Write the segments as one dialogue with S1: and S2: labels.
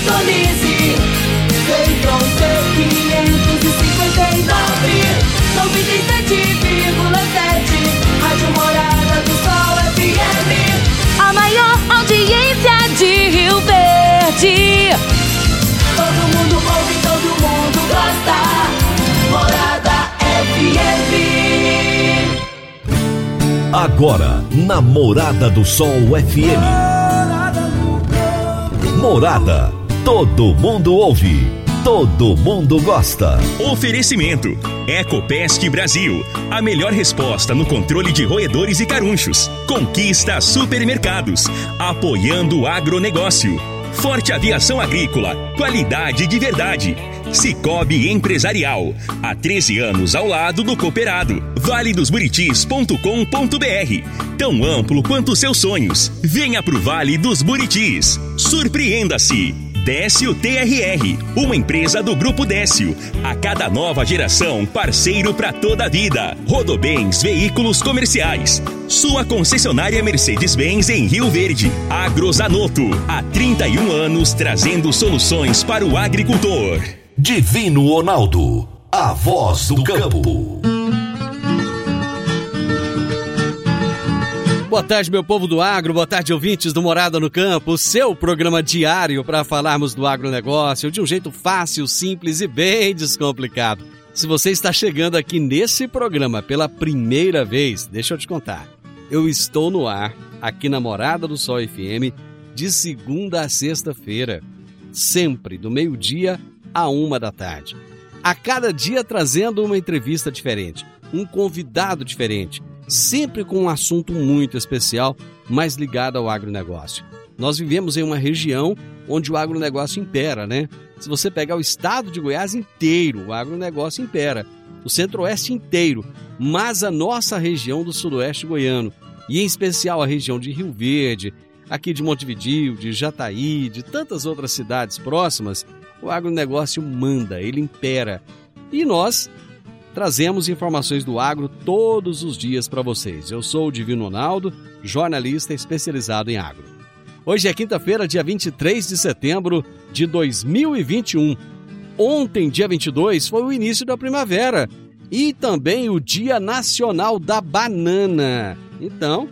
S1: sintonize. Feitron C559, 97,7, Rádio Morada do Sol FM.
S2: A maior audiência de Rio Verde.
S1: Todo mundo ouve, todo mundo gosta. Morada FM.
S3: Agora, na Morada do Sol FM. Morada. Todo mundo ouve. Todo mundo gosta.
S4: Oferecimento: Ecopest Brasil. A melhor resposta no controle de roedores e carunchos. Conquista Supermercados. Apoiando o agronegócio. Forte Aviação Agrícola. Qualidade de verdade. Cicobi Empresarial. Há 13 anos ao lado do cooperado. valedosburitis.com.br. Tão amplo quanto seus sonhos. Venha pro Vale dos Buritis. Surpreenda-se. Décio TRR, uma empresa do Grupo Décio. A cada nova geração, parceiro para toda a vida. Rodobens Veículos Comerciais. Sua concessionária Mercedes-Benz em Rio Verde. Agrozanoto, há 31 anos trazendo soluções para o agricultor.
S3: Divino Ronaldo, a voz do campo.
S5: Boa tarde, meu povo do agro, boa tarde, ouvintes do Morada no Campo, o seu programa diário para falarmos do agronegócio de um jeito fácil, simples e bem descomplicado. Se você está chegando aqui nesse programa pela primeira vez, deixa eu te contar, eu estou no ar, aqui na Morada do Sol FM, de segunda a sexta-feira, sempre do meio-dia à 1h. A cada dia trazendo uma entrevista diferente, um convidado diferente, sempre com um assunto muito especial, mais ligado ao agronegócio. Nós vivemos em uma região onde o agronegócio impera, né? Se você pegar o estado de Goiás inteiro, o agronegócio impera. O centro-oeste inteiro, mas a nossa região do sudoeste goiano, e em especial a região de Rio Verde, aqui de Montevidéu, de Jataí, de tantas outras cidades próximas, o agronegócio manda, ele impera. E nós trazemos informações do agro todos os dias para vocês. Eu sou o Divino Ronaldo, jornalista especializado em agro. Hoje é quinta-feira, dia 23 de setembro de 2021. Ontem, dia 22, foi o início da primavera e também o Dia Nacional da Banana. Então,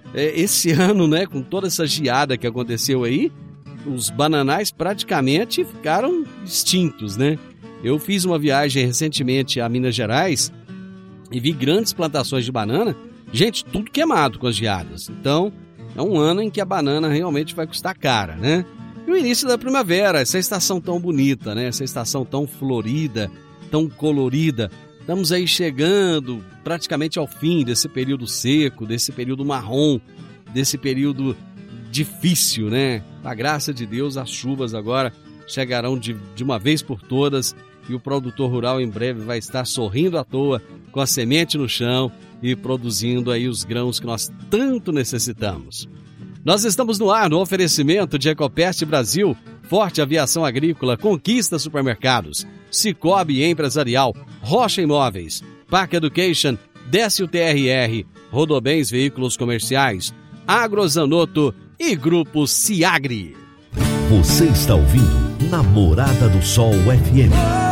S5: esse ano, né, com toda essa geada que aconteceu aí, os bananais praticamente ficaram extintos, né? Eu fiz uma viagem recentemente a Minas Gerais e vi grandes plantações de banana. Gente, tudo queimado com as geadas. Então, é um ano em que a banana realmente vai custar cara, né? E o início da primavera, essa estação tão bonita, né? Essa estação tão florida, tão colorida. Estamos aí chegando praticamente ao fim desse período seco, desse período marrom, desse período difícil, né? Com a graça de Deus, as chuvas agora chegarão de uma vez por todas e o produtor rural em breve vai estar sorrindo à toa com a semente no chão e produzindo aí os grãos que nós tanto necessitamos. Nós estamos no ar no oferecimento de Ecopest Brasil, Forte Aviação Agrícola, Conquista Supermercados, Cicobi Empresarial, Rocha Imóveis, Park Education, Décio TRR, Rodobens Veículos Comerciais, Agrozanoto e Grupo Ciagri.
S3: Você está ouvindo Namorada do Sol FM.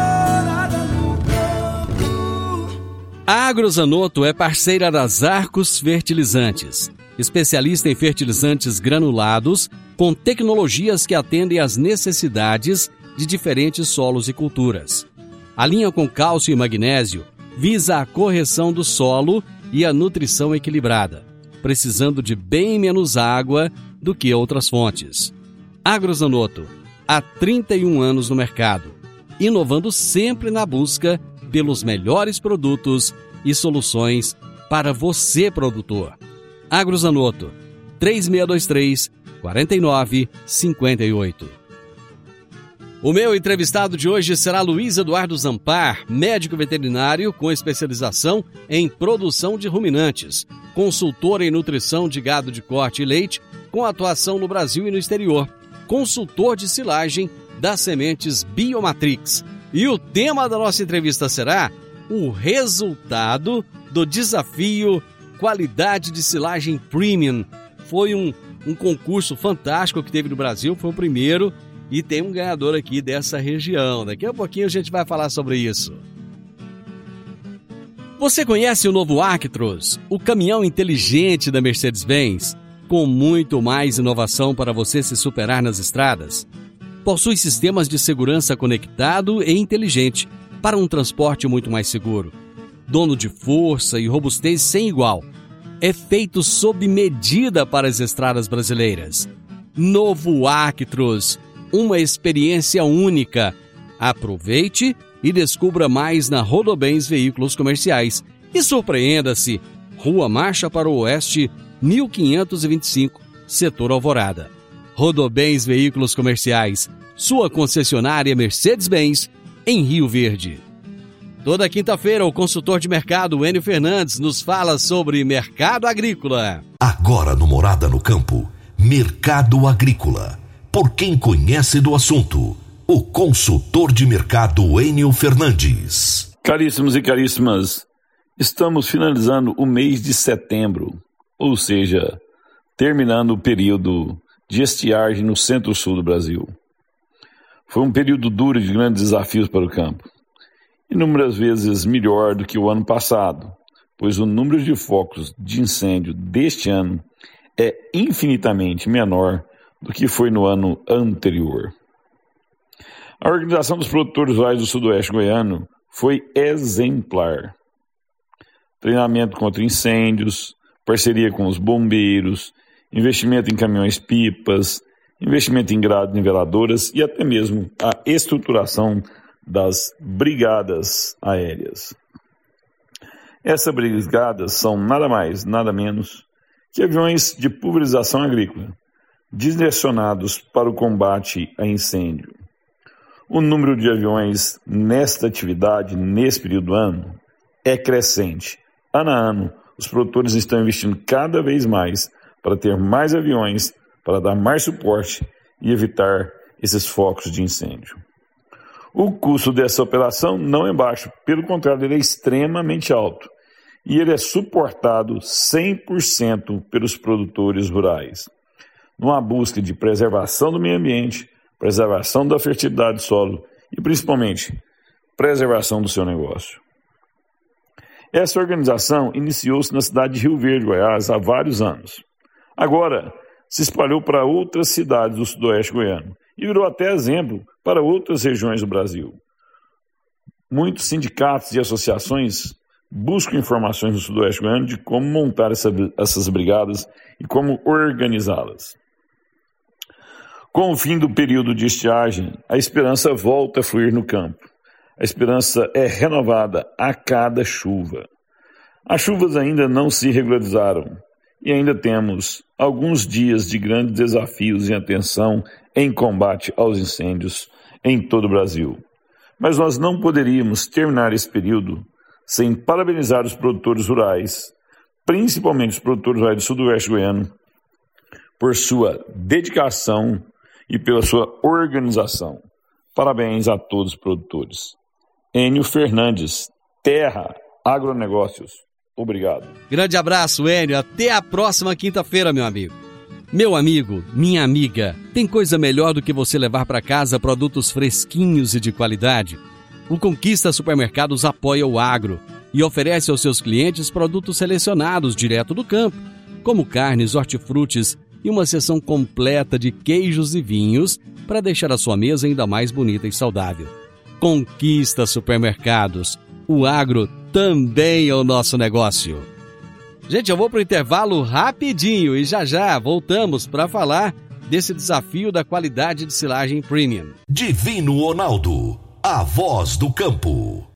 S5: A Agrozanoto é parceira das Arcos Fertilizantes, especialista em fertilizantes granulados com tecnologias que atendem às necessidades de diferentes solos e culturas. A linha com cálcio e magnésio visa a correção do solo e a nutrição equilibrada, precisando de bem menos água do que outras fontes. Agrozanoto, há 31 anos no mercado, inovando sempre na busca pelos melhores produtos e soluções para você, produtor. Agrozanoto, 3623-4958. O meu entrevistado de hoje será Luiz Eduardo Zampar, médico veterinário com especialização em produção de ruminantes, consultor em nutrição de gado de corte e leite, com atuação no Brasil e no exterior, consultor de silagem das sementes Biomatrix. E o tema da nossa entrevista será o resultado do desafio Qualidade de Silagem Premium. Foi um concurso fantástico que teve no Brasil, foi o primeiro e tem um ganhador aqui dessa região. Daqui a pouquinho a gente vai falar sobre isso. Você conhece o novo Actros, o caminhão inteligente da Mercedes-Benz, com muito mais inovação para você se superar nas estradas? Possui sistemas de segurança conectado e inteligente para um transporte muito mais seguro. Dono de força e robustez sem igual. É feito sob medida para as estradas brasileiras. Novo Actros, uma experiência única. Aproveite e descubra mais na Rodobens Veículos Comerciais. E surpreenda-se, Rua Marcha para o Oeste, 1525, Setor Alvorada. Rodobens Veículos Comerciais, sua concessionária Mercedes-Benz, em Rio Verde. Toda quinta-feira, o consultor de mercado Enio Fernandes nos fala sobre mercado agrícola.
S3: Agora no Morada no Campo, Mercado Agrícola. Por quem conhece do assunto, o consultor de mercado Enio Fernandes.
S6: Caríssimos e caríssimas, estamos finalizando o mês de setembro, ou seja, terminando o período de estiagem no centro-sul do Brasil. Foi um período duro de grandes desafios para o campo, inúmeras vezes melhor do que o ano passado, pois o número de focos de incêndio deste ano é infinitamente menor do que foi no ano anterior. A Organização dos Produtores Rurais do Sudoeste Goiano foi exemplar. Treinamento contra incêndios, parceria com os bombeiros, investimento em caminhões-pipas, investimento em grades niveladoras e até mesmo a estruturação das brigadas aéreas. Essas brigadas são nada mais, nada menos que aviões de pulverização agrícola, direcionados para o combate a incêndio. O número de aviões nesta atividade, nesse período do ano, é crescente. Ano a ano, os produtores estão investindo cada vez mais para ter mais aviões, para dar mais suporte e evitar esses focos de incêndio. O custo dessa operação não é baixo, pelo contrário, ele é extremamente alto. E ele é suportado 100% pelos produtores rurais, numa busca de preservação do meio ambiente, preservação da fertilidade do solo e, principalmente, preservação do seu negócio. Essa organização iniciou-se na cidade de Rio Verde, Goiás, há vários anos. Agora, se espalhou para outras cidades do sudoeste goiano e virou até exemplo para outras regiões do Brasil. Muitos sindicatos e associações buscam informações no sudoeste goiano de como montar essas brigadas e como organizá-las. Com o fim do período de estiagem, a esperança volta a fluir no campo. A esperança é renovada a cada chuva. As chuvas ainda não se regularizaram e ainda temos alguns dias de grandes desafios em atenção em combate aos incêndios em todo o Brasil. Mas nós não poderíamos terminar esse período sem parabenizar os produtores rurais, principalmente os produtores rurais do sudoeste goiano, por sua dedicação e pela sua organização. Parabéns a todos os produtores. Enio Fernandes, Terra Agronegócios. Obrigado.
S5: Grande abraço, Enio. Até a próxima quinta-feira, meu amigo. Meu amigo, minha amiga, tem coisa melhor do que você levar para casa produtos fresquinhos e de qualidade? O Conquista Supermercados apoia o agro e oferece aos seus clientes produtos selecionados direto do campo, como carnes, hortifrutis e uma seção completa de queijos e vinhos para deixar a sua mesa ainda mais bonita e saudável. Conquista Supermercados. O agro também é o nosso negócio. Gente, eu vou para o intervalo rapidinho e já voltamos para falar desse desafio da qualidade de silagem premium.
S3: Divino Ronaldo, a voz do campo.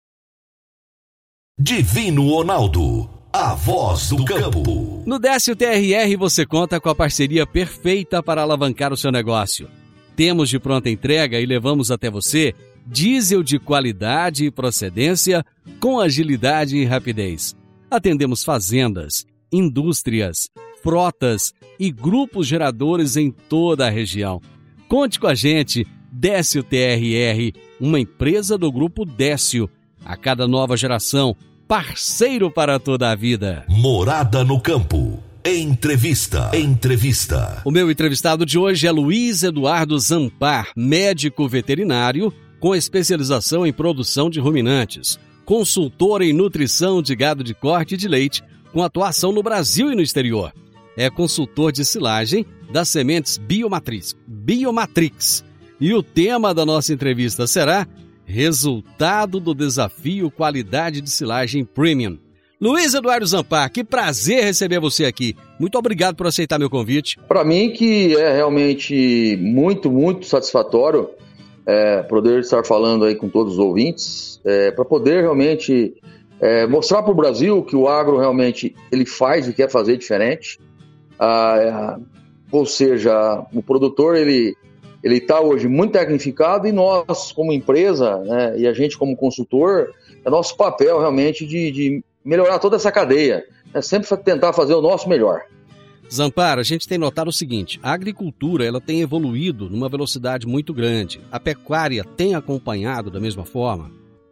S3: Divino Ronaldo, a voz do campo.
S5: No Décio TRR você conta com a parceria perfeita para alavancar o seu negócio. Temos de pronta entrega e levamos até você diesel de qualidade e procedência com agilidade e rapidez. Atendemos fazendas, indústrias, frotas e grupos geradores em toda a região. Conte com a gente, Décio TRR, uma empresa do Grupo Décio. A cada nova geração, parceiro para toda a vida.
S3: Morada no Campo. Entrevista.
S5: O meu entrevistado de hoje é Luiz Eduardo Zampar, médico veterinário com especialização em produção de ruminantes, consultor em nutrição de gado de corte e de leite, com atuação no Brasil e no exterior. É consultor de silagem das sementes Biomatrix. E o tema da nossa entrevista será Resultado do Desafio Qualidade de Silagem Premium. Luiz Eduardo Zampar, que prazer receber você aqui. Muito obrigado por aceitar meu convite.
S7: Para mim que é realmente muito, muito satisfatório poder estar falando aí com todos os ouvintes, para poder realmente mostrar para o Brasil que o agro realmente ele faz e quer fazer diferente. Ou seja, o produtor ele está hoje muito tecnificado e nós como empresa, né, e a gente como consultor, é nosso papel realmente de melhorar toda essa cadeia, sempre tentar fazer o nosso melhor.
S5: Zampar, a gente tem notado o seguinte, a agricultura ela tem evoluído numa velocidade muito grande. A pecuária tem acompanhado da mesma forma?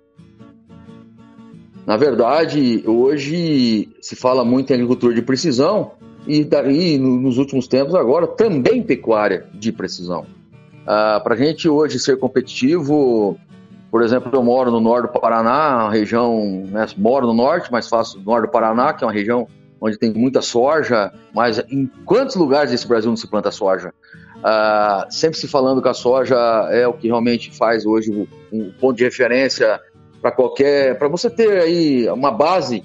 S7: Na verdade, hoje se fala muito em agricultura de precisão e daí, nos últimos tempos agora, também pecuária de precisão. Para a gente hoje ser competitivo, por exemplo, eu moro no norte do Paraná, uma região, né, moro no norte, mas faço no norte do Paraná, que é uma região onde tem muita soja, mas em quantos lugares desse Brasil não se planta soja? Sempre se falando que a soja é o que realmente faz hoje um ponto de referência para você ter aí uma base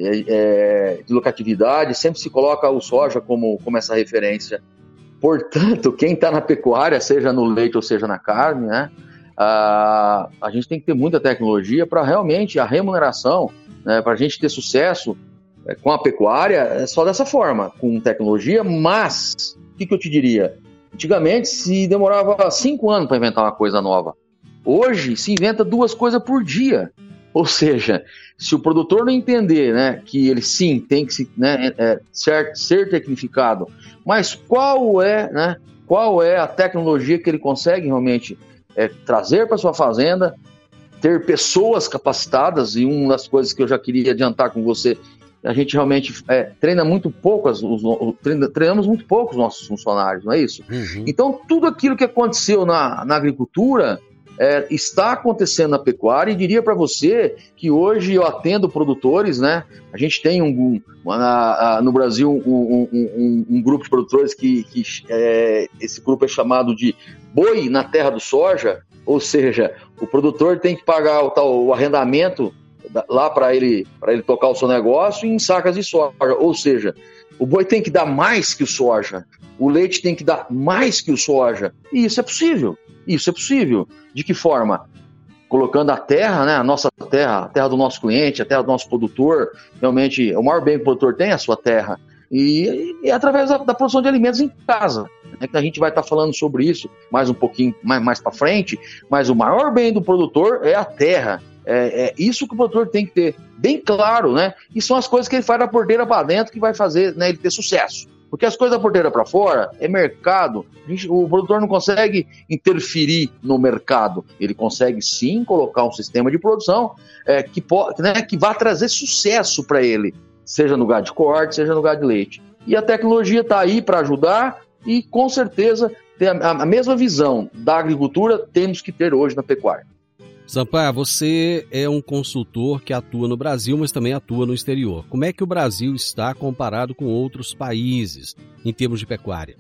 S7: de lucratividade, sempre se coloca o soja como essa referência. Portanto, quem está na pecuária, seja no leite ou seja na carne, né, a gente tem que ter muita tecnologia para realmente a remuneração, né, para a gente ter sucesso com a pecuária, é só dessa forma, com tecnologia, mas, o que eu te diria? Antigamente se demorava 5 anos para inventar uma coisa nova. Hoje se inventa 2 coisas por dia. Ou seja, se o produtor não entender, né, que ele sim tem que ser tecnificado, mas qual é a tecnologia que ele consegue realmente trazer para sua fazenda, ter pessoas capacitadas, e uma das coisas que eu já queria adiantar com você, a gente realmente treina muito pouco, treinamos muito pouco os nossos funcionários, não é isso? Uhum. Então, tudo aquilo que aconteceu na agricultura está acontecendo na pecuária, e diria para você que hoje eu atendo produtores, né? A gente tem no Brasil um grupo de produtores que esse grupo é chamado de boi na terra do soja, ou seja, o produtor tem que pagar o arrendamento lá para ele tocar o seu negócio em sacas de soja, ou seja, o boi tem que dar mais que o soja, o leite tem que dar mais que o soja, e isso é possível. De que forma? Colocando a terra, né, a nossa terra, a terra do nosso cliente, a terra do nosso produtor, realmente o maior bem que o produtor tem é a sua terra, e através da produção de alimentos em casa, né, que a gente vai estar falando sobre isso mais um pouquinho mais para frente, mas o maior bem do produtor é a terra. É isso que o produtor tem que ter bem claro, né? E são as coisas que ele faz da porteira para dentro que vai fazer, né, ele ter sucesso. Porque as coisas da porteira para fora é mercado. O produtor não consegue interferir no mercado. Ele consegue sim colocar um sistema de produção que vai trazer sucesso para ele, seja no gado de corte, seja no gado de leite. E a tecnologia está aí para ajudar e com certeza ter a mesma visão da agricultura temos que ter hoje na pecuária.
S5: Zampar, você é um consultor que atua no Brasil, mas também atua no exterior. Como é que o Brasil está comparado com outros países em termos de pecuária?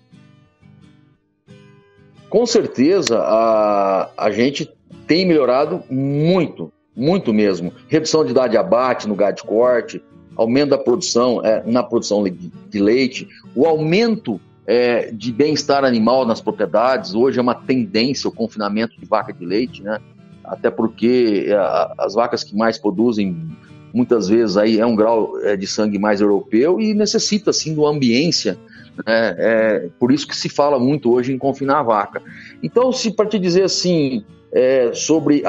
S7: Com certeza, a gente tem melhorado muito, muito mesmo. Redução de idade de abate no gado de corte, aumento da produção na produção de leite, o aumento de bem-estar animal nas propriedades. Hoje é uma tendência o confinamento de vaca de leite, né? Até porque as vacas que mais produzem, muitas vezes aí é um grau de sangue mais europeu e necessita sim de uma ambiência, né? Por isso que se fala muito hoje em confinar a vaca. Então, se para te dizer assim, sobre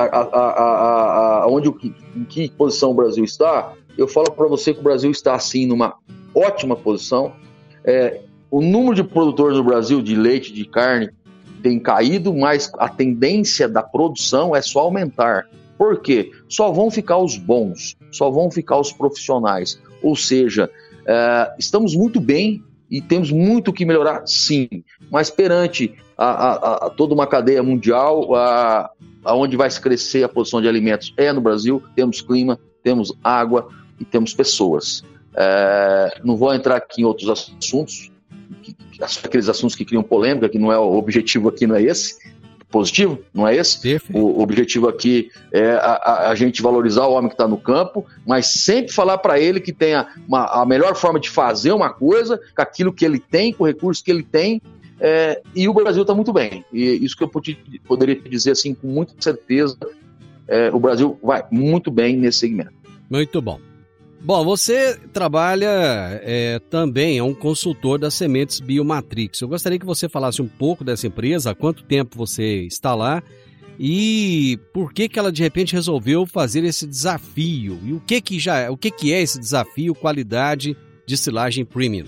S7: em que posição o Brasil está, eu falo para você que o Brasil está assim numa ótima posição. O número de produtores no Brasil de leite, de carne, tem caído, mas a tendência da produção é só aumentar. Por quê? Só vão ficar os bons, só vão ficar os profissionais. Ou seja, Estamos muito bem e temos muito que melhorar, sim, mas perante a toda uma cadeia mundial, aonde vai se crescer a produção de alimentos é no Brasil. Temos clima, temos água e temos pessoas. Não vou entrar aqui em outros assuntos, aqueles assuntos que criam polêmica, que não é o objetivo aqui, não é esse. Positivo, não é esse?
S5: Perfeito.
S7: O objetivo aqui é a gente valorizar o homem que está no campo, mas sempre falar para ele que tem a melhor forma de fazer uma coisa, com aquilo que ele tem, com o recurso que ele tem, e o Brasil está muito bem. E isso que eu poderia dizer assim, com muita certeza, o Brasil vai muito bem nesse segmento.
S5: Muito bom. Bom, você trabalha também, é um consultor das Sementes Biomatrix. Eu gostaria que você falasse um pouco dessa empresa, há quanto tempo você está lá e por que ela de repente resolveu fazer esse desafio e o que é esse desafio qualidade de silagem premium?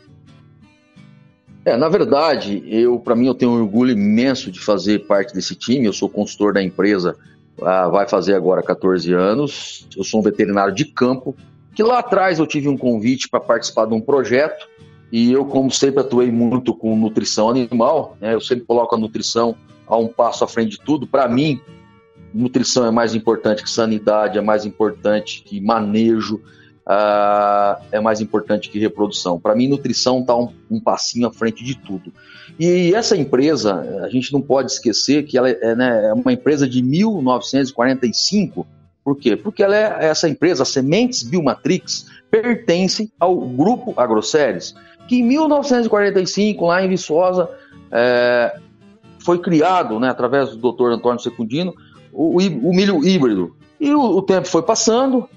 S7: Na verdade, para mim eu tenho um orgulho imenso de fazer parte desse time. Eu sou consultor da empresa, vai fazer agora 14 anos. Eu sou um veterinário de campo, que lá atrás eu tive um convite para participar de um projeto e eu, como sempre atuei muito com nutrição animal, eu sempre coloco a nutrição a um passo à frente de tudo. Para mim, nutrição é mais importante que sanidade, é mais importante que manejo, é mais importante que reprodução. Para mim, nutrição está um passinho à frente de tudo. E essa empresa, a gente não pode esquecer que ela é uma empresa de 1945. Por quê? Porque essa empresa, a Sementes Biomatrix, pertence ao Grupo Agroceres, que em 1945, lá em Viçosa, foi criado, através do Dr. Antônio Secundino, o milho híbrido. E o tempo foi passando,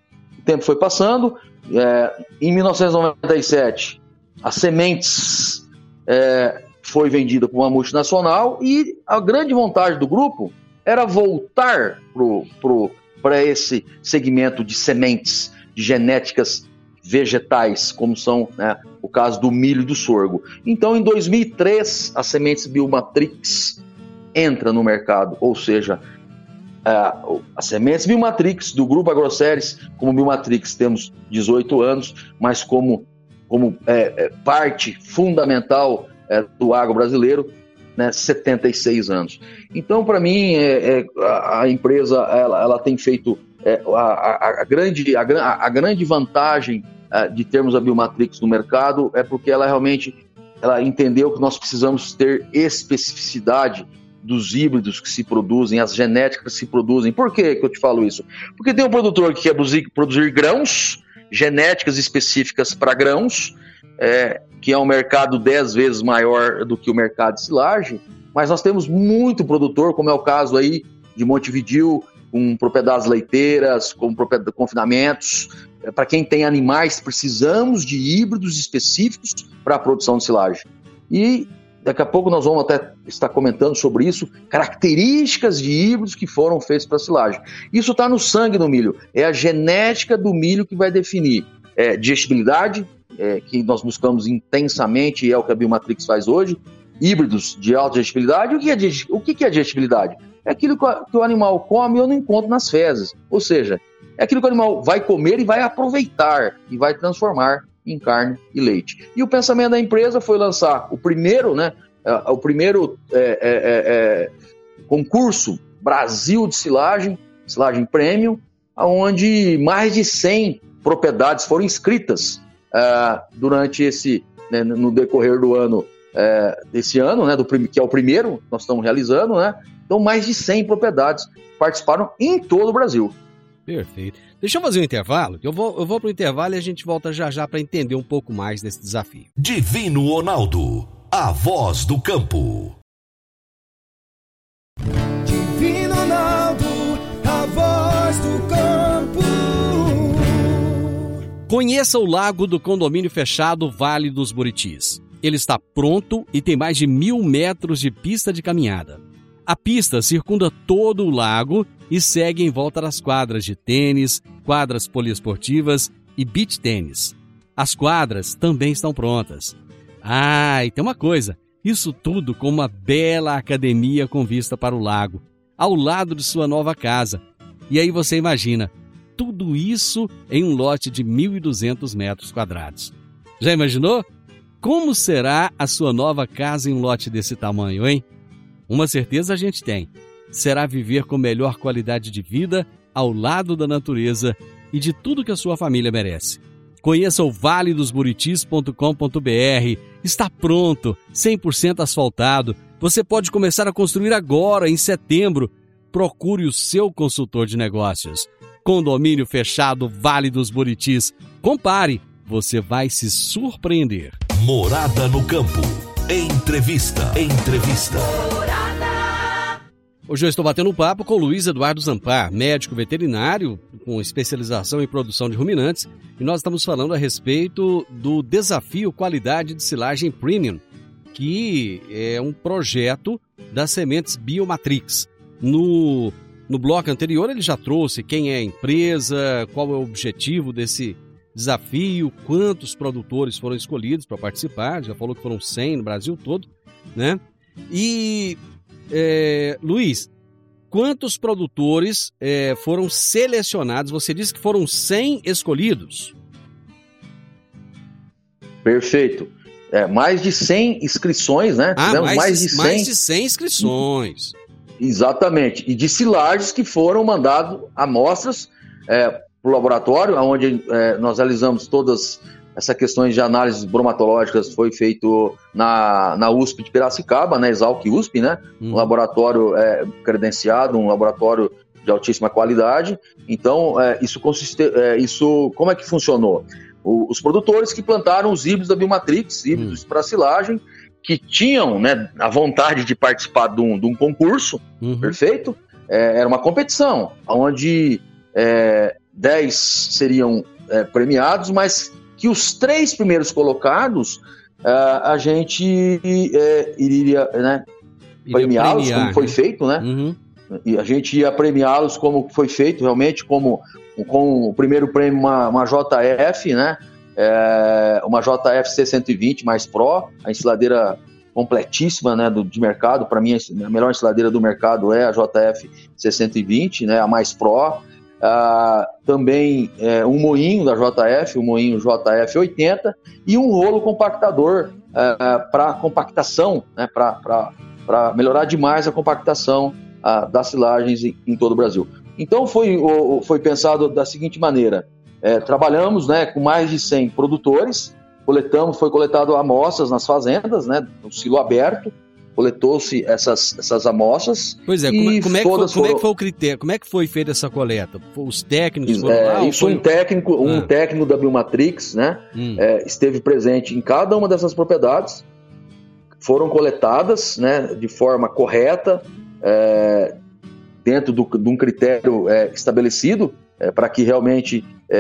S7: em 1997, a Sementes foi vendida por uma multinacional e a grande vontade do grupo era voltar para esse segmento de sementes, de genéticas vegetais, como são o caso do milho e do sorgo. Então, em 2003, a Sementes Biomatrix entra no mercado, ou seja, a Sementes Biomatrix do Grupo Agroceres, como Biomatrix temos 18 anos, mas como parte fundamental do agro brasileiro, 76 anos. Então, para mim, a empresa ela tem feito a grande vantagem de termos a Biomatrix no mercado é porque ela entendeu que nós precisamos ter especificidade dos híbridos que se produzem, as genéticas que se produzem. Por que eu te falo isso? Porque tem um produtor que quer produzir grãos, genéticas específicas para grãos, que é um mercado 10 vezes maior do que o mercado de silagem, mas nós temos muito produtor, como é o caso aí de Montevidéu, com propriedades leiteiras, com confinamentos. Para quem tem animais, precisamos de híbridos específicos para a produção de silagem. E daqui a pouco nós vamos até estar comentando sobre isso, características de híbridos que foram feitos para silagem. Isso está no sangue do milho, é a genética do milho que vai definir digestibilidade, que nós buscamos intensamente e é o que a Biomatrix faz hoje, híbridos de alta digestibilidade. O que é digestibilidade? É aquilo que o animal come e eu não encontro nas fezes, ou seja, é aquilo que o animal vai comer e vai aproveitar e vai transformar em carne e leite. E o pensamento da empresa foi lançar o primeiro concurso Brasil de silagem premium, onde mais de 100 propriedades foram inscritas durante no decorrer do ano, desse ano, que é o primeiro que nós estamos realizando, Então, mais de 100 propriedades participaram em todo o Brasil.
S5: Perfeito. Deixa eu fazer um intervalo, que eu vou para o intervalo e a gente volta já para entender um pouco mais desse desafio.
S3: Divino Ronaldo, a voz do campo.
S1: Divino Ronaldo, a voz do campo.
S5: Conheça o lago do condomínio fechado Vale dos Buritis. Ele está pronto e tem mais de 1.000 metros de pista de caminhada. A pista circunda todo o lago e segue em volta das quadras de tênis, quadras poliesportivas e beach tênis. As quadras também estão prontas. E tem uma coisa, isso tudo com uma bela academia com vista para o lago, ao lado de sua nova casa. E aí você imagina, tudo isso em um lote de 1.200 metros quadrados. Já imaginou? Como será a sua nova casa em um lote desse tamanho, hein? Uma certeza a gente tem. Será viver com melhor qualidade de vida, ao lado da natureza e de tudo que a sua família merece. Conheça o valedosburitis.com.br. Está pronto, 100% asfaltado. Você pode começar a construir agora, em setembro. Procure o seu consultor de negócios. Condomínio fechado Vale dos Buritis. Compare, você vai se surpreender.
S3: Morada no Campo. Entrevista.
S5: Hoje eu estou batendo um papo com Luiz Eduardo Zampar, médico veterinário com especialização em produção de ruminantes, e nós estamos falando a respeito do desafio Qualidade de Silagem Premium, que é um projeto das sementes Biomatrix. No bloco anterior ele já trouxe quem é a empresa, qual é o objetivo desse desafio, quantos produtores foram escolhidos para participar, já falou que foram 100 no Brasil todo, né? E, Luiz, quantos produtores foram selecionados? Você disse que foram 100 escolhidos.
S7: Perfeito. Mais de 100 inscrições, né? Tivemos
S5: mais de 100 inscrições.
S7: Exatamente. E de silagens que foram mandadas amostras para o laboratório, onde nós realizamos todas essas questões de análises bromatológicas. Foi feito na USP de Piracicaba, na Exalc USP, né? Um laboratório credenciado, um laboratório de altíssima qualidade. Então, isso como é que funcionou? Os produtores que plantaram os híbridos da Biomatrix, híbridos para silagem, que tinham, né, a vontade de participar de um concurso, perfeito? Era uma competição, onde 10 seriam premiados, mas que os 3 primeiros colocados, a gente iria, né, premiá-los, como foi feito, né? E a gente ia premiá-los como foi feito, realmente, com o primeiro prêmio uma JF, né? Uma JF C120 mais Pro, a ensiladeira completíssima, né, de mercado. Para mim, a melhor ensiladeira do mercado é a JF C120, né, a mais Pro. Também um moinho da JF, um moinho JF 80 e um rolo compactador para compactação, né, para melhorar demais a compactação das silagens em todo o Brasil. Então foi pensado da seguinte maneira: trabalhamos, né, com mais de 100 produtores, foi coletado amostras nas fazendas, né, no silo aberto, coletou-se essas amostras.
S5: Pois é, como é que foi o critério? Como é que foi feita essa coleta? Os técnicos foram lá?
S7: Um técnico da Biomatrix, né, esteve presente em cada uma dessas propriedades, foram coletadas, né, de forma correta, dentro de um critério estabelecido, para que realmente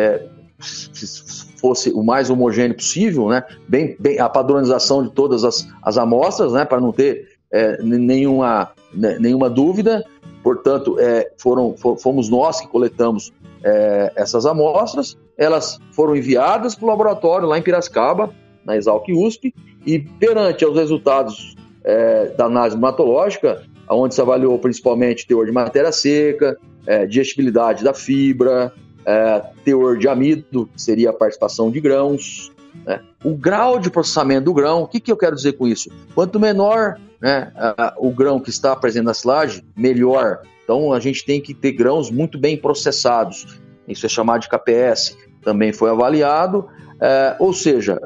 S7: fosse o mais homogêneo possível, né? Bem a padronização de todas as amostras, né? Para não ter nenhuma dúvida. Portanto, fomos nós que coletamos essas amostras. Elas foram enviadas para o laboratório lá em Piracicaba, na Exalc USP, e perante os resultados da análise bromatológica, onde se avaliou principalmente teor de matéria seca, digestibilidade da fibra, teor de amido, que seria a participação de grãos, né? O grau de processamento do grão. O que eu quero dizer com isso? Quanto menor, né, o grão que está presente na silagem, melhor. Então a gente tem que ter grãos muito bem processados. Isso é chamado de KPS. Também foi avaliado. Ou seja,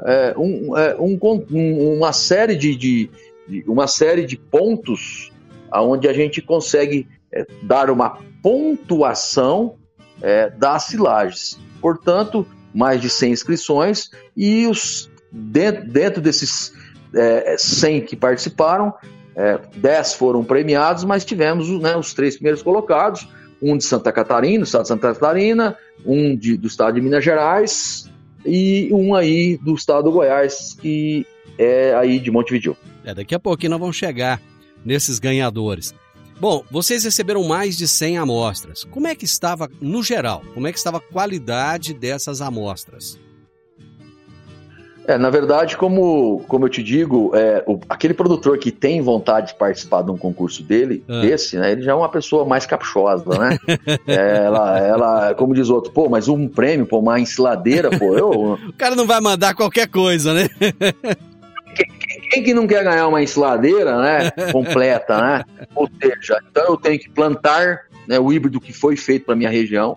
S7: uma série de pontos onde a gente consegue dar uma pontuação das silagens. Portanto, mais de 100 inscrições, e dentro desses 100 que participaram, 10 foram premiados, mas tivemos, né, os 3 primeiros colocados, um de Santa Catarina, do estado de Santa Catarina, um do estado de Minas Gerais e um aí do estado do Goiás, que é aí de Montevidéu.
S5: Daqui a pouquinho nós vamos chegar nesses ganhadores. Bom, vocês receberam mais de 100 amostras. Como é que estava, no geral, como é que estava a qualidade dessas amostras?
S7: Na verdade, como eu te digo, aquele produtor que tem vontade de participar de um concurso desse, né, ele já é uma pessoa mais caprichosa, né? ela, como diz o outro, pô, mas um prêmio, pô, uma ensiladeira, pô,
S5: O cara não vai mandar qualquer coisa, né?
S7: Quem que não quer ganhar uma ensiladeira, né, completa, né? Ou seja, então eu tenho que plantar, né, o híbrido que foi feito para minha região,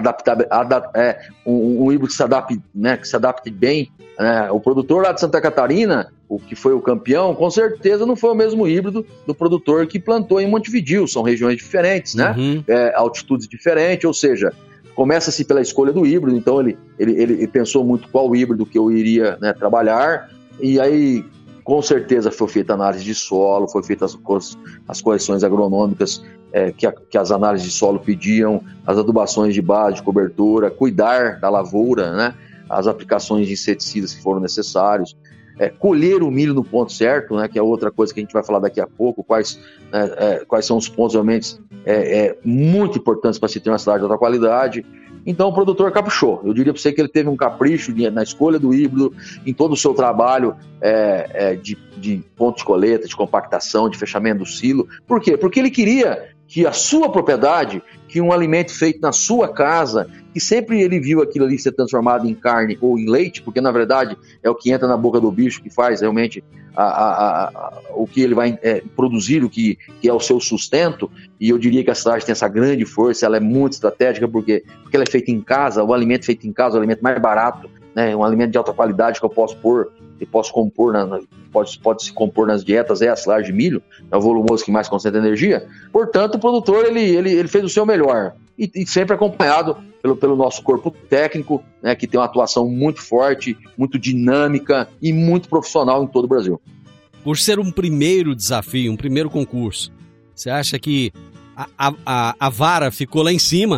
S7: um híbrido que se adapte bem, né? O produtor lá de Santa Catarina, o que foi o campeão, com certeza não foi o mesmo híbrido do produtor que plantou em Montevidéu, são regiões diferentes, né? Altitudes diferentes, ou seja, começa-se pela escolha do híbrido, então ele pensou muito qual híbrido que eu iria, né, trabalhar, e aí com certeza foi feita análise de solo, foi feitas as correções agronômicas que as análises de solo pediam, as adubações de base, de cobertura, cuidar da lavoura, né? As aplicações de inseticidas que foram necessários, colher o milho no ponto certo, né? Que é outra coisa que a gente vai falar daqui a pouco, quais são os pontos realmente muito importantes para se ter uma silagem de alta qualidade. Então o produtor caprichou. Eu diria para você que ele teve um capricho na escolha do híbrido, em todo o seu trabalho de ponto de coleta, de compactação, de fechamento do silo. Por quê? Porque ele queria que a sua propriedade, que um alimento feito na sua casa, que sempre ele viu aquilo ali ser transformado em carne ou em leite, porque na verdade é o que entra na boca do bicho que faz realmente o que ele vai produzir, o que é o seu sustento. E eu diria que a silagem tem essa grande força, ela é muito estratégica, porque ela é feita em casa, o alimento feito em casa é o alimento mais barato, né? Um alimento de alta qualidade que eu posso pôr, que posso compor, pode se compor nas dietas, a silagem de milho, é o volumoso que mais concentra energia. Portanto, o produtor ele fez o seu melhor, e sempre acompanhado pelo nosso corpo técnico, né, que tem uma atuação muito forte, muito dinâmica e muito profissional em todo o Brasil.
S5: Por ser um primeiro desafio, um primeiro concurso, você acha que a vara ficou lá em cima?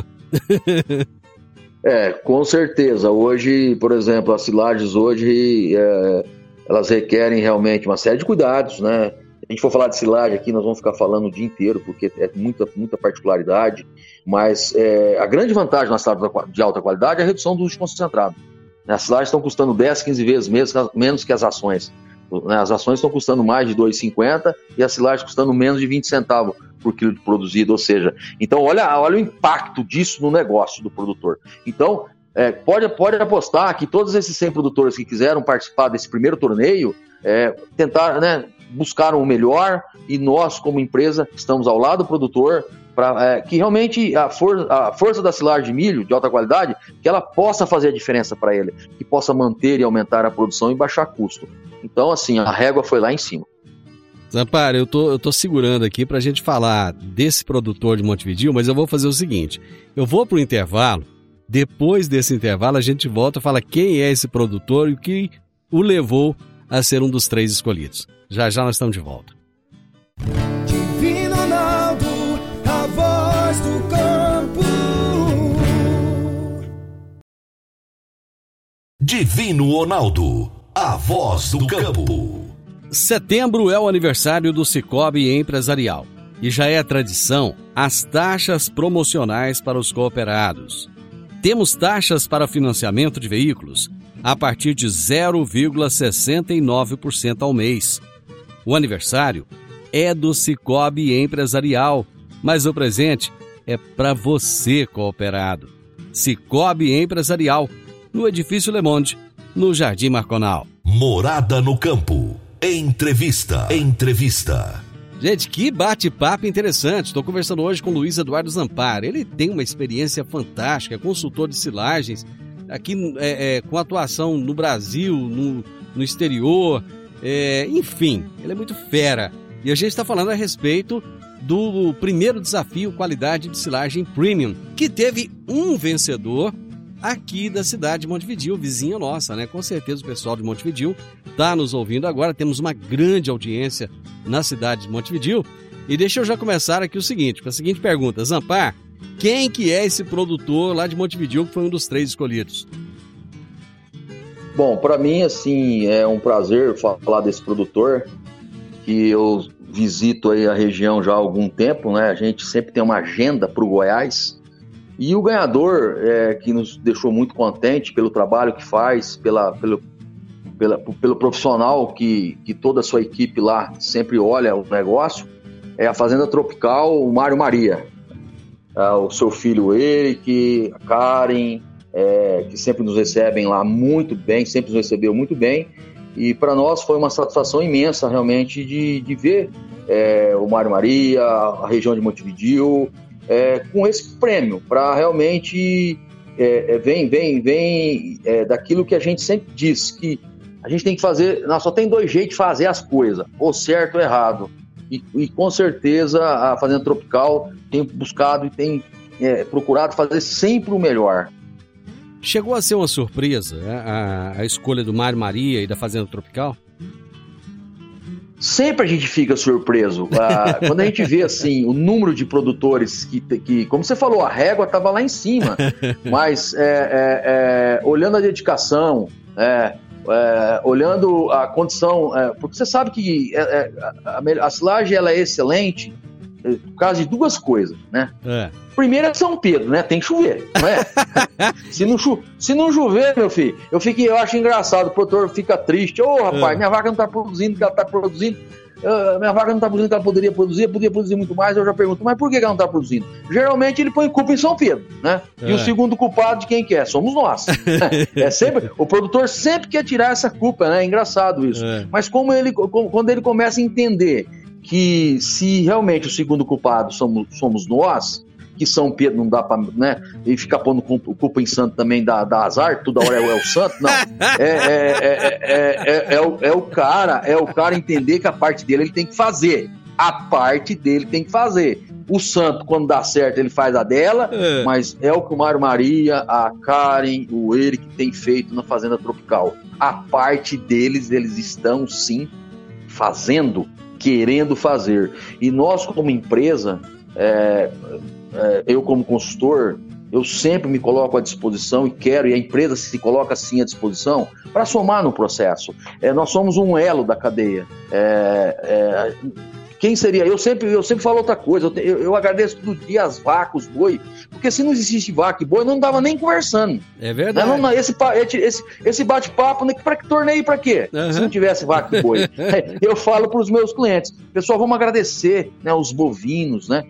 S7: Com certeza. Hoje, por exemplo, as silagens hoje, elas requerem realmente uma série de cuidados, né? Se a gente for falar de silagem aqui, nós vamos ficar falando o dia inteiro, porque é muita particularidade, mas a grande vantagem na silagem de alta qualidade é a redução do uso concentrado. As silagens estão custando 10, 15 vezes menos que as ações. As ações estão custando mais de R$ 2,50 e as silagens custando menos de 20 centavos por quilo de produzido, ou seja, então olha o impacto disso no negócio do produtor. Então, pode apostar que todos esses 100 produtores que quiseram participar desse primeiro torneio, tentaram, né, buscaram o melhor, e nós, como empresa, estamos ao lado do produtor, para que realmente a força da silagem de milho de alta qualidade, que ela possa fazer a diferença para ele, que possa manter e aumentar a produção e baixar custo. Então, assim, a régua foi lá em cima.
S5: Zampar, eu tô segurando aqui pra gente falar desse produtor de Montevidéu, mas eu vou fazer o seguinte, eu vou pro intervalo, depois desse intervalo a gente volta e fala quem é esse produtor e o que o levou a ser um dos 3 escolhidos. Já nós estamos de volta.
S1: Divino Ronaldo, a voz do campo.
S3: Divino Ronaldo, a voz do campo.
S5: Setembro é o aniversário do Sicoob Empresarial e já é tradição as taxas promocionais para os cooperados. Temos taxas para financiamento de veículos a partir de 0,69% ao mês. O aniversário é do Sicoob Empresarial, mas o presente é para você, cooperado. Sicoob Empresarial, no Edifício Le Monde, no Jardim Marconal.
S3: Morada no Campo. Entrevista.
S5: Gente, que bate-papo interessante. Estou conversando hoje com Luiz Eduardo Zampar. Ele tem uma experiência fantástica, é consultor de silagens, aqui com atuação no Brasil, no exterior, enfim, ele é muito fera. E a gente está falando a respeito do primeiro desafio Qualidade de Silagem Premium, que teve um vencedor aqui da cidade de Montevidéu, vizinha nossa, né? Com certeza o pessoal de Montevidéu está nos ouvindo agora. Temos uma grande audiência na cidade de Montevidéu. E deixa eu já começar aqui o seguinte, com a seguinte pergunta. Zampar, quem que é esse produtor lá de Montevidéu que foi um dos 3 escolhidos?
S7: Bom, para mim, assim, é um prazer falar desse produtor, que eu visito aí a região já há algum tempo, né? A gente sempre tem uma agenda para o Goiás. E o ganhador, que nos deixou muito contente pelo trabalho que faz, pelo profissional que toda a sua equipe lá sempre olha o negócio, é a Fazenda Tropical, o Mário Maria. O seu filho Eric, a Karen, que sempre nos recebem lá muito bem, sempre nos recebeu muito bem. E para nós foi uma satisfação imensa realmente de ver o Mário Maria, a região de Montevidéu, com esse prêmio, para realmente vem daquilo que a gente sempre diz, que a gente tem que fazer, nós só tem 2 jeitos de fazer as coisas, ou certo ou errado. E com certeza a Fazenda Tropical tem buscado e tem procurado fazer sempre o melhor.
S5: Chegou a ser uma surpresa a escolha do Mário Maria e da Fazenda Tropical?
S7: Sempre a gente fica surpreso. Quando a gente vê assim, o número de produtores que como você falou, a régua estava lá em cima, mas olhando a dedicação, olhando a condição, porque você sabe que a silagem ela é excelente por causa de 2 coisas, né? Primeiro é São Pedro, né? Tem que chover, não é? Se não chover, meu filho, eu acho engraçado, o produtor fica triste. Rapaz, minha vaca não está produzindo o que ela está produzindo. Minha vaca não está produzindo o que ela poderia produzir muito mais. Eu já pergunto, mas por que ela não está produzindo? Geralmente ele põe culpa em São Pedro, né? E o segundo culpado de quem que é? Somos nós. Sempre, o produtor sempre quer tirar essa culpa, né? É engraçado isso. Mas quando ele começa a entender que se realmente o segundo culpado somos nós, que São Pedro não dá para, né, e ficar pondo culpa em santo também dá azar, toda hora é o santo, não. É o cara entender que a parte dele ele tem que fazer. A parte dele tem que fazer. O santo, quando dá certo, ele faz a dela, mas é o que o Mário Maria, a Karen, o Eric tem feito na Fazenda Tropical. A parte deles, eles estão sim fazendo, querendo fazer. E nós, como empresa, eu como consultor, eu sempre me coloco à disposição e a empresa se coloca assim à disposição para somar no processo. Nós somos um elo da cadeia. Quem seria? Eu sempre falo outra coisa. Eu agradeço todo dia as vacas, os boi, porque se não existisse vaca e boi, não dava nem conversando.
S5: É verdade.
S7: Esse bate-papo, para que torneio para quê? Se não tivesse vaca e boi. Eu falo para os meus clientes, pessoal, vamos agradecer, né, os bovinos, né?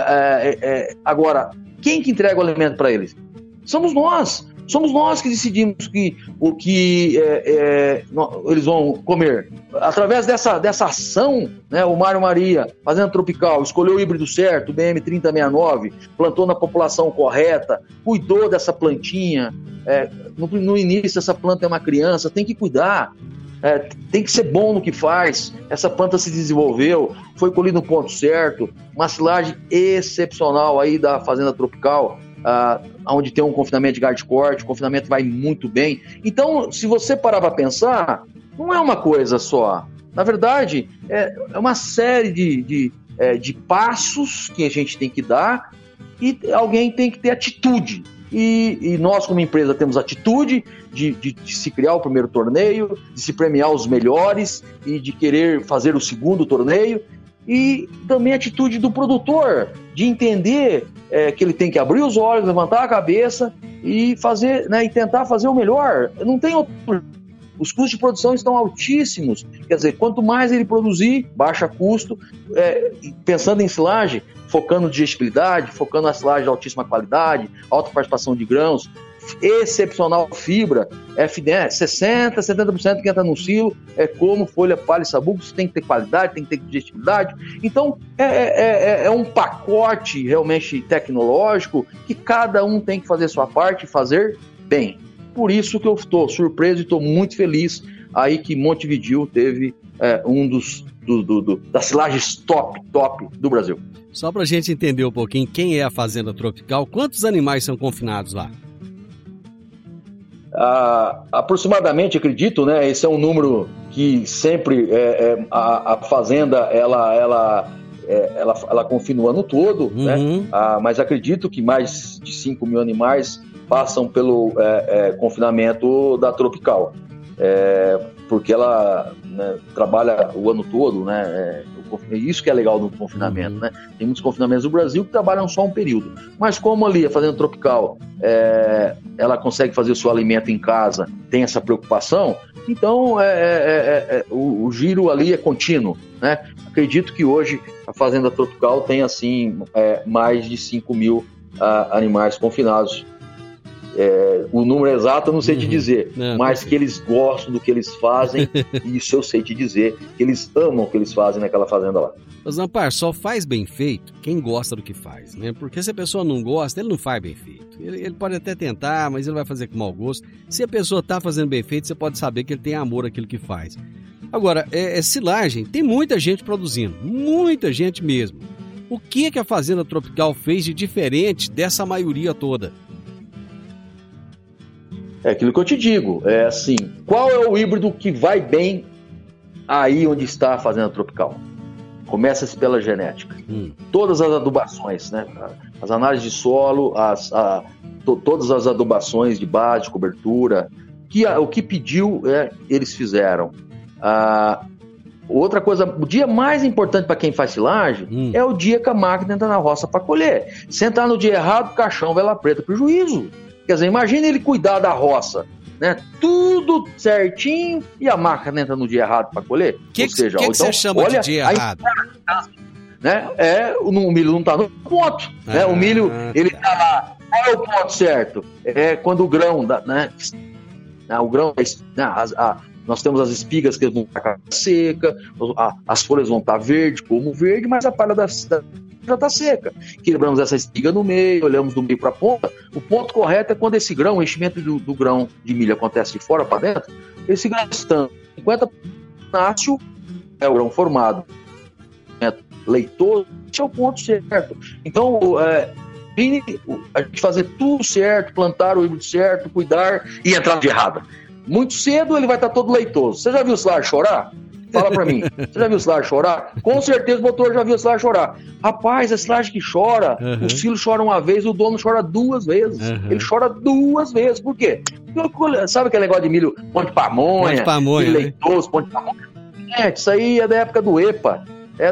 S7: Agora, quem que entrega o alimento para eles? Somos nós. Somos nós que decidimos o que eles vão comer. Através dessa ação, né, o Mário Maria, Fazenda Tropical, escolheu o híbrido certo, o BM3069, plantou na população correta, cuidou dessa plantinha. No início, essa planta é uma criança, tem que cuidar. Tem que ser bom no que faz. Essa planta se desenvolveu, foi colhida no ponto certo, uma silagem excepcional aí da Fazenda Tropical, onde tem um confinamento de gado de corte, o confinamento vai muito bem. Então, se você parar para pensar, não é uma coisa só. Na verdade, é uma série de passos que a gente tem que dar e alguém tem que ter atitude. E nós, como empresa, temos atitude de se criar o primeiro torneio, de se premiar os melhores e de querer fazer o segundo torneio. E também a atitude do produtor, de entender que ele tem que abrir os olhos, levantar a cabeça e fazer, né, e tentar fazer o melhor. Não tem outro. Os custos de produção estão altíssimos. Quer dizer, quanto mais ele produzir, baixa custo, pensando em silagem, focando em digestibilidade, focando na silagem de altíssima qualidade, alta participação de grãos, excepcional fibra, 60%, 70% que entra no silo, como folha, palha e sabugo, você tem que ter qualidade, tem que ter digestibilidade. Então, é um pacote realmente tecnológico que cada um tem que fazer sua parte e fazer bem. Por isso que eu estou surpreso e estou muito feliz aí que Montevidéu teve um das silagens top do Brasil.
S5: Só para a gente entender um pouquinho quem é a Fazenda Tropical, quantos animais são confinados lá?
S7: Aproximadamente, acredito, né? Esse é um número que sempre a fazenda ela confina o ano todo, né? Mas acredito que mais de 5 mil animais passam pelo confinamento da Tropical, porque ela, né, trabalha o ano todo, né? Isso que é legal no confinamento, né? Tem muitos confinamentos do Brasil que trabalham só um período. Mas como ali a fazenda tropical, ela consegue fazer o seu alimento em casa, tem essa preocupação, então o giro ali é contínuo, né? Acredito que hoje a fazenda tropical tem assim mais de 5 mil animais confinados. O número exato eu não sei te dizer, mas que eles gostam do que eles fazem, isso eu sei te dizer, que eles amam o que eles fazem naquela fazenda lá.
S5: Zampar, só faz bem feito quem gosta do que faz, né? Porque se a pessoa não gosta, ele não faz bem feito. Ele pode até tentar, mas ele vai fazer com mau gosto. Se a pessoa está fazendo bem feito, você pode saber que ele tem amor àquilo que faz. Agora, silagem, tem muita gente produzindo, muita gente mesmo. O que a fazenda tropical fez de diferente dessa maioria toda?
S7: É aquilo que eu te digo, assim, qual é o híbrido que vai bem aí onde está a fazenda tropical? Começa-se pela genética. Todas as adubações, né? As análises de solo, todas as adubações de base, de cobertura, o que pediu, eles fizeram. Outra coisa, o dia mais importante para quem faz silagem é o dia que a máquina entra na roça para colher. Se entrar no dia errado, caixão, vela preta, prejuízo. Quer dizer, imagina ele cuidar da roça, né? Tudo certinho e a máquina entra no dia errado para colher.
S5: O que você chama de dia errado?
S7: Né? O milho não está no ponto. Né? O milho, ele está lá. Qual é o ponto certo? É quando o grão, né? O grão, nós temos as espigas que vão estar seca, as folhas vão estar verde, mas a palha já está seca. Quebramos essa espiga no meio, olhamos do meio para a ponta. O ponto correto é quando esse grão, o enchimento do grão de milho acontece de fora para dentro, esse grão está 50% nasce o grão formado, leitoso, esse é o ponto certo. Então, a gente fazer tudo certo, plantar o híbrido certo, cuidar e entrar de errada. Muito cedo ele vai estar todo leitoso. Você já viu o silagem chorar? Fala pra mim, você já viu o silagem chorar? Com certeza o motor já viu o silagem chorar. Rapaz, a silagem que chora, o silo chora uma vez, o dono chora 2 vezes. Ele chora 2 vezes. Por quê? Porque, sabe aquele negócio de milho pão de pamonha, milho leitoso, pão de pamonha? Isso aí é da época do EPA.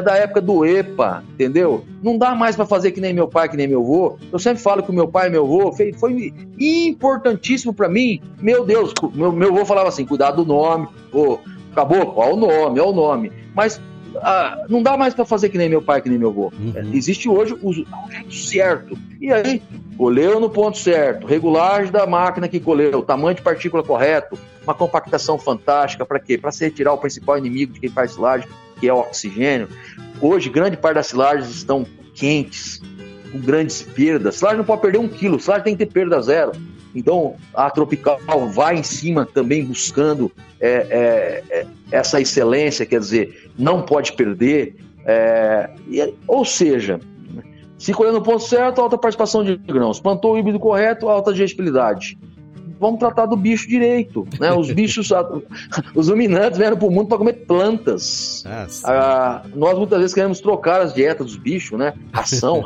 S7: Entendeu? Não dá mais pra fazer que nem meu pai, que nem meu avô. Eu sempre falo que o meu pai e meu avô foi importantíssimo pra mim. Meu Deus, meu avô falava assim, cuidado do nome, acabou, olha o nome. Mas não dá mais para fazer que nem meu pai, que nem meu avô. Existe hoje o jeito certo. E aí, colheu no ponto certo, regulagem da máquina que colheu, tamanho de partícula correto, uma compactação fantástica. Para quê? Para se retirar o principal inimigo de quem faz silagem, que é o oxigênio. Hoje, grande parte das silagens estão quentes, com grandes perdas. Silagem não pode perder 1 quilo, silagem tem que ter perda zero. Então, a tropical vai em cima também buscando essa excelência, quer dizer, não pode perder. Ou seja, se colher no ponto certo, alta participação de grãos. Plantou o híbrido correto, alta digestibilidade. Vamos tratar do bicho direito, né? Os bichos, os ruminantes vieram para o mundo para comer plantas. Nós muitas vezes queremos trocar as dietas dos bichos, né? Ração,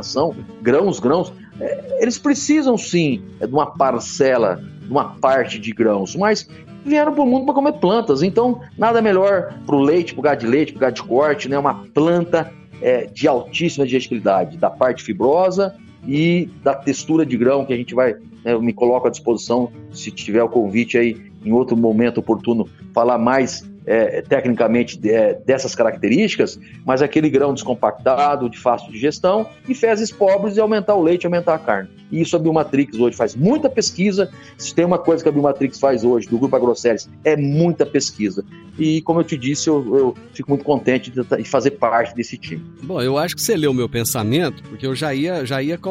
S7: grãos. Eles precisam sim de uma parcela, de uma parte de grãos, mas vieram para o mundo para comer plantas. Então, nada melhor para o leite, para o gado de leite, para o gado de corte, né? Uma planta de altíssima digestibilidade, da parte fibrosa e da textura de grão que a gente vai... Eu me coloco à disposição, se tiver o convite aí, em outro momento oportuno, falar mais tecnicamente dessas características, mas aquele grão descompactado, de fácil digestão, e fezes pobres e aumentar o leite, aumentar a carne. E isso a Biomatrix hoje faz muita pesquisa. Se tem uma coisa que a Biomatrix faz hoje, do Grupo Agroceres, é muita pesquisa. E como eu te disse, eu fico muito contente de fazer parte desse time.
S5: Bom, eu acho que você leu o meu pensamento, porque eu já ia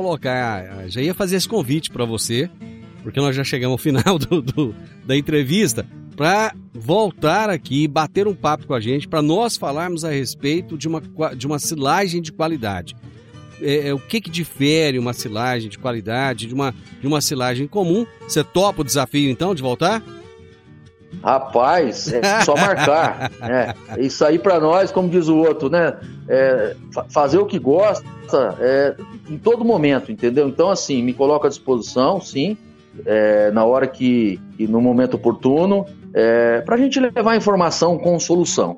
S5: fazer esse convite para você, porque nós já chegamos ao final da entrevista, para voltar aqui e bater um papo com a gente, para nós falarmos a respeito de uma silagem de qualidade. O que difere uma silagem de qualidade de uma silagem comum? Você topa o desafio, então, de voltar?
S7: Rapaz, é só marcar. Isso aí para nós, como diz o outro, né? Fazer o que gosta em todo momento, entendeu? Então, assim, me coloco à disposição, sim, na hora e no momento oportuno, para a gente levar informação com solução.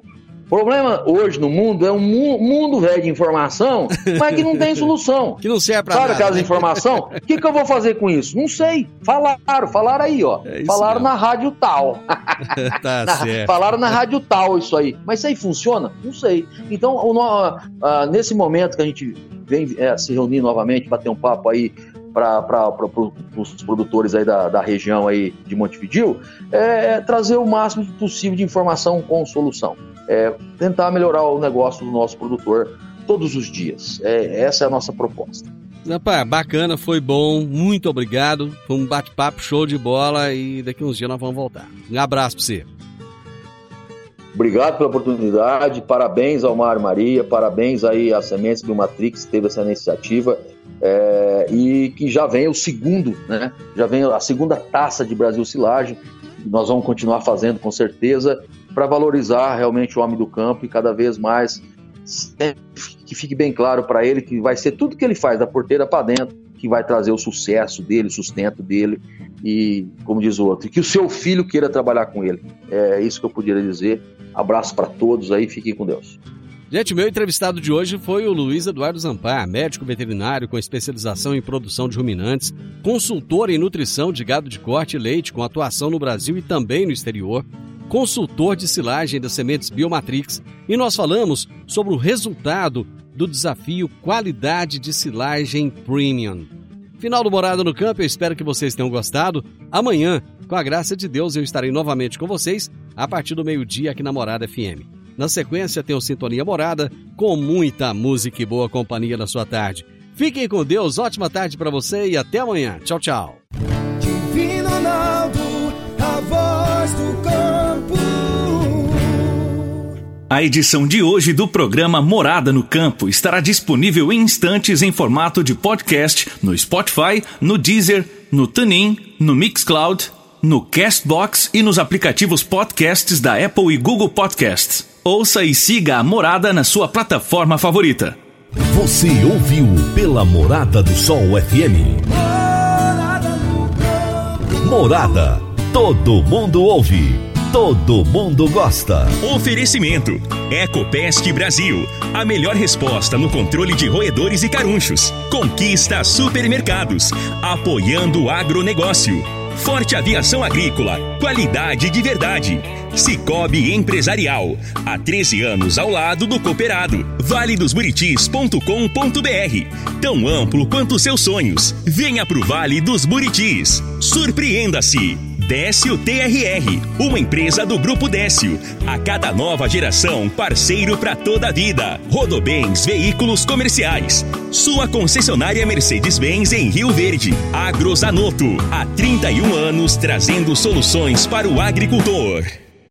S7: problema hoje no mundo é um mundo velho de informação, mas que não tem solução.
S5: Que não serve pra
S7: nada. Sabe aquelas informações? O que eu vou fazer com isso? Não sei. Falaram aí, ó. Falaram na rádio tal.
S5: Tá certo.
S7: Falaram na rádio tal isso aí. Mas isso aí funciona? Não sei. Então, nesse momento que a gente vem se reunir novamente, bater um papo aí para os produtores aí da região aí de Montevidéu, trazer o máximo possível de informação com solução. Tentar melhorar o negócio do nosso produtor todos os dias. Essa é a nossa proposta.
S5: Rapaz, bacana, foi bom, muito obrigado. Foi um bate-papo show de bola e daqui uns dias nós vamos voltar. Um abraço para você.
S7: Obrigado pela oportunidade, parabéns ao Mário Maria, parabéns aí à Sementes Biomatrix que teve essa iniciativa e que já vem o segundo, né? Já vem a segunda taça de Brasil Silagem. Nós vamos continuar fazendo com certeza para valorizar realmente o homem do campo e cada vez mais que fique bem claro para ele que vai ser tudo que ele faz da porteira para dentro que vai trazer o sucesso dele, o sustento dele e, como diz o outro, que o seu filho queira trabalhar com ele. É isso que eu poderia dizer. Abraço para todos aí, fiquem com Deus.
S5: Gente, meu entrevistado de hoje foi o Luiz Eduardo Zampar, médico veterinário com especialização em produção de ruminantes, consultor em nutrição de gado de corte e leite com atuação no Brasil e também no exterior, consultor de silagem das Sementes Biomatrix, e nós falamos sobre o resultado do desafio Qualidade de Silagem Premium. Final do Morada no Campo, eu espero que vocês tenham gostado. Amanhã, com a graça de Deus, eu estarei novamente com vocês a partir do meio-dia aqui na Morada FM. Na sequência, tem o Sintonia Morada, com muita música e boa companhia na sua tarde. Fiquem com Deus, ótima tarde para você e até amanhã. Tchau, tchau.
S1: Divino Ronaldo, a voz do campo.
S8: A edição de hoje do programa Morada no Campo estará disponível em instantes em formato de podcast no Spotify, no Deezer, no TuneIn, no Mixcloud, no Castbox e nos aplicativos podcasts da Apple e Google Podcasts. Ouça e siga a Morada na sua plataforma favorita.
S3: Você ouviu pela Morada do Sol FM. Morada. Todo mundo ouve. Todo mundo gosta.
S4: Oferecimento. Ecopest Brasil. A melhor resposta no controle de roedores e carunchos. Conquista Supermercados. Apoiando o agronegócio. Forte Aviação Agrícola. Qualidade de verdade. Cicobi Empresarial. Há 13 anos ao lado do cooperado. valedosburitis.com.br. Tão amplo quanto seus sonhos. Venha pro Vale dos Buritis. Surpreenda-se. Décio TRR, uma empresa do Grupo Décio. A cada nova geração, parceiro para toda a vida. Rodobens Veículos Comerciais. Sua concessionária Mercedes-Benz em Rio Verde. Agrozanoto, há 31 anos trazendo soluções para o agricultor.